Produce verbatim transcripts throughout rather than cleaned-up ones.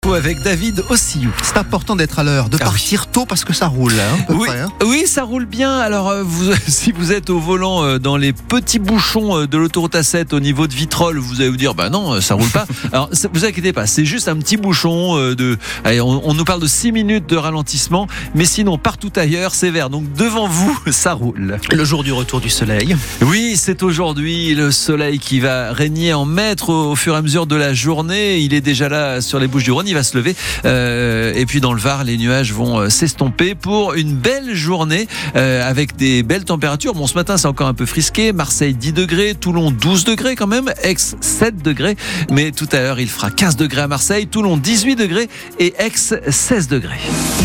Avec David Ossillou. C'est important d'être à l'heure, de Ah partir oui. tôt parce que ça roule, hein, à peu Oui, près, hein. oui, ça roule bien. Alors, euh, vous, si vous êtes au volant euh, dans les petits bouchons euh, de l'autoroute A sept au niveau de Vitrolles, vous allez vous dire, bah non, ça roule pas. Alors, ça, vous inquiétez pas, c'est juste un petit bouchon euh, de. Allez, on, on nous parle de six minutes de ralentissement, mais sinon partout ailleurs, c'est vert. Donc devant vous, ça roule. Le jour du retour du soleil. Oui, c'est aujourd'hui le soleil qui va régner en maître au, au fur et à mesure de la journée. Il est déjà là sur les Bouches-du-Rhône, il va se lever. Euh, et puis dans le Var, les nuages vont euh, s'estomper pour une belle journée euh, avec des belles températures. Bon, ce matin, c'est encore un peu frisqué. Marseille, dix degrés. Toulon, douze degrés quand même. Aix, sept degrés. Mais tout à l'heure, il fera quinze degrés à Marseille. Toulon, dix-huit degrés. Et Aix, seize degrés.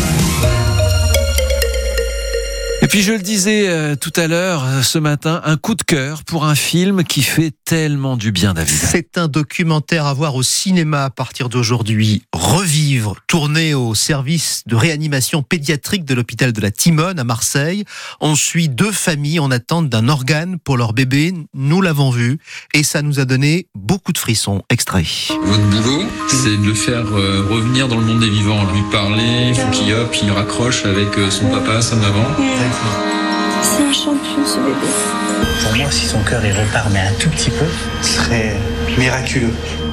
Et puis je le disais euh, tout à l'heure, euh, ce matin, un coup de cœur pour un film qui fait tellement du bien, David. C'est un documentaire à voir au cinéma à partir d'aujourd'hui. Revivre, tourné au service de réanimation pédiatrique de l'hôpital de la Timone à Marseille. On suit deux familles en attente d'un organe pour leur bébé. Nous l'avons vu et ça nous a donné beaucoup de frissons. Extrait. Votre boulot, c'est de le faire euh, revenir dans le monde des vivants, lui parler, il faut qu'il hop, il raccroche avec euh, son papa, sa maman. C'est un champion, ce bébé. Pour moi, si son cœur il repart mais un tout petit peu, ce serait miraculeux.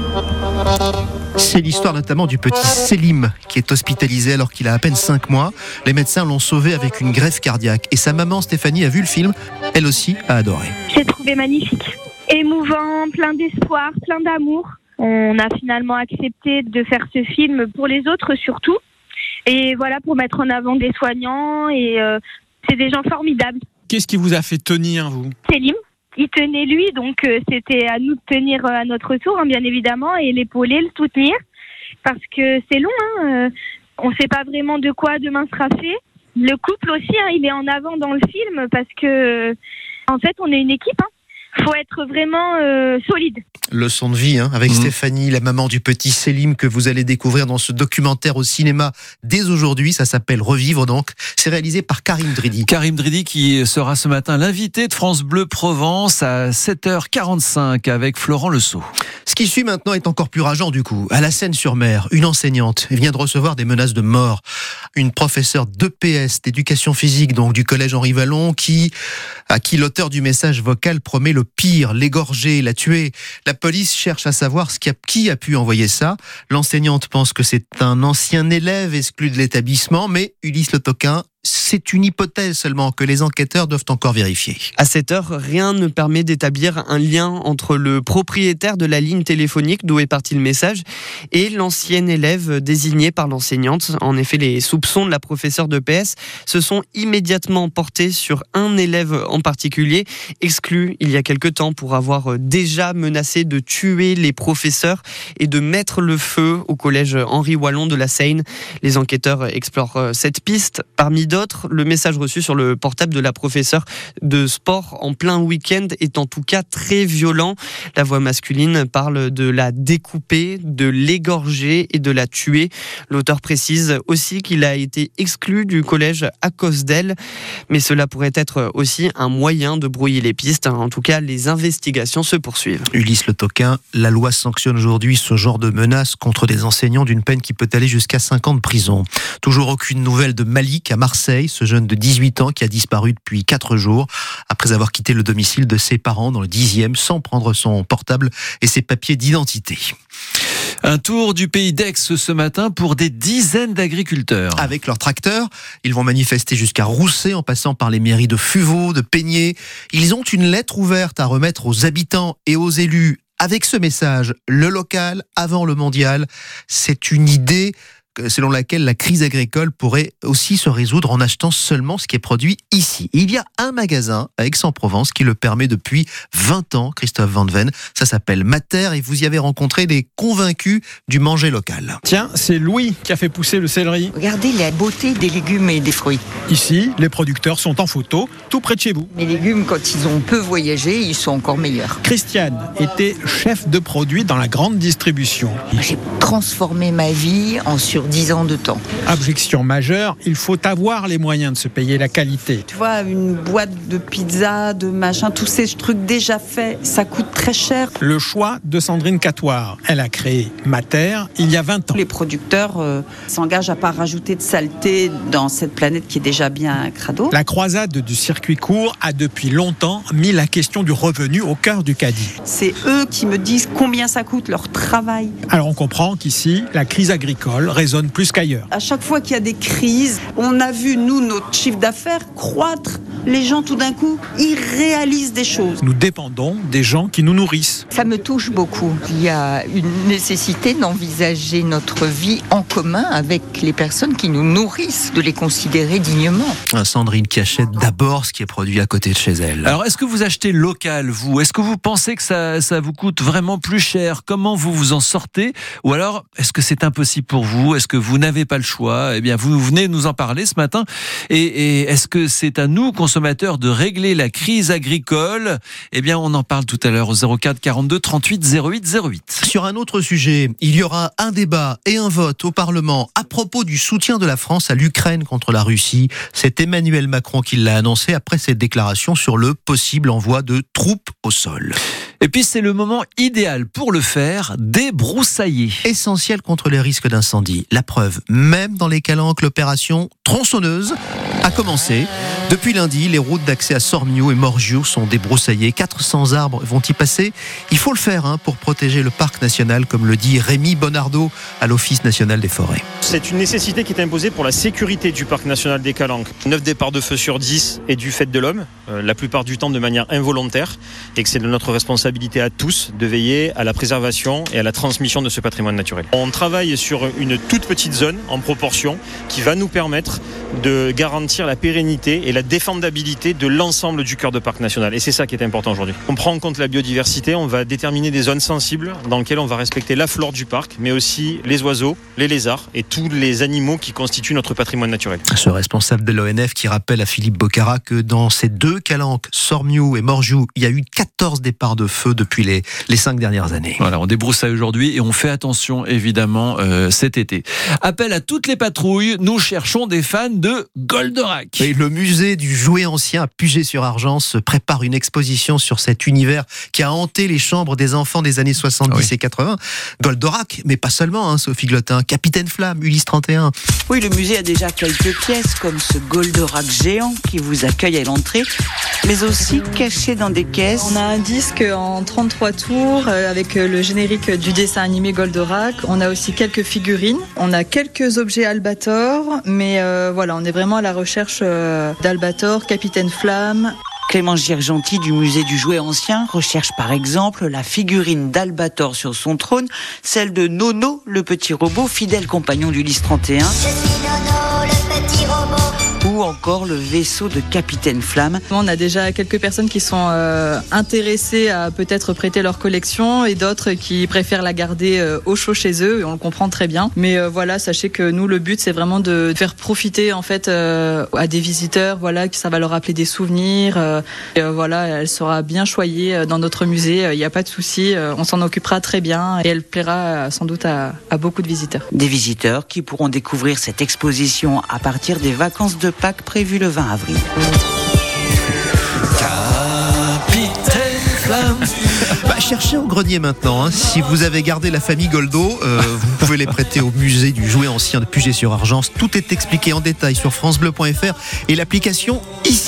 C'est l'histoire notamment du petit Selim qui est hospitalisé alors qu'il a à peine cinq mois. Les médecins l'ont sauvé avec une greffe cardiaque. Et sa maman Stéphanie a vu le film, elle aussi a adoré. J'ai trouvé magnifique. Émouvant, plein d'espoir, plein d'amour. On a finalement accepté de faire ce film pour les autres surtout. Et voilà, pour mettre en avant des soignants. Et euh, c'est des gens formidables. Qu'est-ce qui vous a fait tenir, vous ? Selim, il tenait lui, donc euh, c'était à nous de tenir euh, à notre tour, hein, bien évidemment, et l'épauler, le soutenir. Parce que c'est long, hein, euh, on ne sait pas vraiment de quoi demain sera fait. Le couple aussi, hein, il est en avant dans le film parce que, euh, en fait, on est une équipe. Hein. Faut être vraiment euh, solide. Leçon de vie hein, avec Mmh. Stéphanie, la maman du petit Selim que vous allez découvrir dans ce documentaire au cinéma dès aujourd'hui. Ça s'appelle Revivre donc. C'est réalisé par Karim Dridi. Karim Dridi qui sera ce matin l'invité de France Bleu Provence à sept heures quarante-cinq avec Florent Lesault. Ce qui suit maintenant est encore plus rageant du coup. À la Seine-sur-Mer, une enseignante vient de recevoir des menaces de mort. Une professeure d'E P S, d'éducation physique, donc du collège Henri Vallon, qui, à qui l'auteur du message vocal promet le pire, l'égorger, la tuer. La police cherche à savoir ce qui, a, qui a pu envoyer ça. L'enseignante pense que c'est un ancien élève exclu de l'établissement, mais Ulysse Le Toquin, c'est une hypothèse seulement que les enquêteurs doivent encore vérifier. À cette heure, rien ne permet d'établir un lien entre le propriétaire de la ligne téléphonique d'où est parti le message et l'ancien élève désigné par l'enseignante. En effet, les soupçons de la professeure d'E P S se sont immédiatement portés sur un élève en particulier, exclu il y a quelque temps pour avoir déjà menacé de tuer les professeurs et de mettre le feu au collège Henri Wallon de la Seine. Les enquêteurs explorent cette piste. Parmi d'autres, le message reçu sur le portable de la professeure de sport en plein week-end est en tout cas très violent. La voix masculine parle de la découper, de l'égorger et de la tuer. L'auteur précise aussi qu'il a été exclu du collège à cause d'elle. Mais cela pourrait être aussi un moyen de brouiller les pistes. En tout cas, les investigations se poursuivent. Ulysse Le Toquin, la loi sanctionne aujourd'hui ce genre de menaces contre des enseignants d'une peine qui peut aller jusqu'à cinq ans de prison. Toujours aucune nouvelle de Malik à Marseille. Ce jeune de dix-huit ans qui a disparu depuis quatre jours après avoir quitté le domicile de ses parents dans le dixième sans prendre son portable et ses papiers d'identité. Un tour du pays d'Aix ce matin pour des dizaines d'agriculteurs. Avec leurs tracteurs, ils vont manifester jusqu'à Rousset en passant par les mairies de Fuveau, de Peigné. Ils ont une lettre ouverte à remettre aux habitants et aux élus avec ce message, le local avant le mondial. C'est une idée selon laquelle la crise agricole pourrait aussi se résoudre en achetant seulement ce qui est produit ici. Il y a un magasin à Aix-en-Provence qui le permet depuis vingt ans, Christophe Van Ven. Ça s'appelle Mater et vous y avez rencontré des convaincus du manger local. Tiens, c'est Louis qui a fait pousser le céleri. Regardez la beauté des légumes et des fruits. Ici, les producteurs sont en photo, tout près de chez vous. Mes légumes, quand ils ont peu voyagé, ils sont encore meilleurs. Christiane était chef de produit dans la grande distribution. J'ai transformé ma vie en survie sur dix ans de temps. Objection majeure, il faut avoir les moyens de se payer la qualité. Tu vois, une boîte de pizza, de machin, tous ces trucs déjà faits, ça coûte très cher. Le choix de Sandrine Catoire. Elle a créé Mater il y a vingt ans. Les producteurs euh, s'engagent à pas rajouter de saleté dans cette planète qui est déjà bien crado. La croisade du circuit court a depuis longtemps mis la question du revenu au cœur du caddie. C'est eux qui me disent combien ça coûte leur travail. Alors on comprend qu'ici, la crise agricole résonne plus qu'ailleurs. À chaque fois qu'il y a des crises, on a vu, nous, notre chiffre d'affaires croître. Les gens, tout d'un coup, ils réalisent des choses. Nous dépendons des gens qui nous nourrissent. Ça me touche beaucoup. Il y a une nécessité d'envisager notre vie en commun avec les personnes qui nous nourrissent, de les considérer dignement. Sandrine qui achète d'abord ce qui est produit à côté de chez elle. Alors, est-ce que vous achetez local, vous ? Est-ce que vous pensez que ça, ça vous coûte vraiment plus cher ? Comment vous vous en sortez ? Ou alors, est-ce que c'est impossible pour vous ? Est-ce que vous n'avez pas le choix ? Eh bien, vous venez nous en parler ce matin. Et, et est-ce que c'est à nous, consommateurs, de régler la crise agricole ? Eh bien, on en parle tout à l'heure au zéro quatre quarante-deux trente-huit zéro huit zéro huit. Sur un autre sujet, il y aura un débat et un vote au Parlement à propos du soutien de la France à l'Ukraine contre la Russie. C'est Emmanuel Macron qui l'a annoncé après ses déclarations sur le possible envoi de troupes au sol. Et puis, c'est le moment idéal pour le faire, débroussailler. Essentiel contre les risques d'incendie. La preuve, même dans les calanques, l'opération tronçonneuse a commencé. Depuis lundi, les routes d'accès à Sormiou et Morgiou sont débroussaillées. quatre cents arbres vont y passer. Il faut le faire hein, pour protéger le parc national, comme le dit Rémi Bonardo à l'Office national des forêts. C'est une nécessité qui est imposée pour la sécurité du parc national des Calanques. neuf départs de feu sur dix est du fait de l'homme, euh, la plupart du temps de manière involontaire, et que c'est de notre responsabilité à tous de veiller à la préservation et à la transmission de ce patrimoine naturel. On travaille sur une toute petite zone en proportion qui va nous permettre de garantir la pérennité et la défendabilité de l'ensemble du cœur de parc national. Et c'est ça qui est important aujourd'hui. On prend en compte la biodiversité, on va déterminer des zones sensibles dans lesquelles on va respecter la flore du parc, mais aussi les oiseaux, les lézards et tous les animaux qui constituent notre patrimoine naturel. Ce responsable de l'O N F qui rappelle à Philippe Bocara que dans ces deux calanques, Sormiou et Morgiou, il y a eu quatorze départs de feu depuis les, les cinq dernières années. Voilà, on débroussaille aujourd'hui et on fait attention évidemment euh, cet été. Appel à toutes les patrouilles, nous cherchons des fans de Goldorak. Et le musée du jouet ancien à Puget-sur-Argence prépare une exposition sur cet univers qui a hanté les chambres des enfants des années soixante-dix oui. et quatre-vingts. Goldorak, mais pas seulement, hein, Sophie Glotin, Capitaine Flamme, Ulysse trente et un. Oui, le musée a déjà quelques pièces comme ce Goldorak géant qui vous accueille à l'entrée, mais aussi caché dans des caisses. On a un disque en trente-trois tours avec le générique du dessin animé Goldorak. On a aussi quelques figurines. On a quelques objets Albator, mais euh, voilà, on est vraiment à la recherche euh, d'Albator, Capitaine Flamme. Clémence Girgenti du musée du jouet ancien recherche par exemple la figurine d'Albator sur son trône, celle de Nono, le petit robot, fidèle compagnon d'Ulysse trente et un. Je suis Nono, le petit robot. Ou encore le vaisseau de Capitaine Flamme. On a déjà quelques personnes qui sont euh, intéressées à peut-être prêter leur collection et d'autres qui préfèrent la garder euh, au chaud chez eux, et on le comprend très bien. Mais euh, voilà, sachez que nous, le but, c'est vraiment de faire profiter en fait euh, à des visiteurs, voilà, que ça va leur rappeler des souvenirs. Euh, et, euh, voilà, elle sera bien choyée dans notre musée, il n'y a pas de souci, euh, on s'en occupera très bien et elle plaira euh, sans doute à, à beaucoup de visiteurs. Des visiteurs qui pourront découvrir cette exposition à partir des vacances de Pâques prévues le vingt avril. Capitaine Flamme. Bah, cherchez au grenier maintenant. Hein. Si vous avez gardé la famille Goldo, euh, vous pouvez les prêter au musée du jouet ancien de Puget-sur-Argence. Tout est expliqué en détail sur francebleu point f r et l'application ici.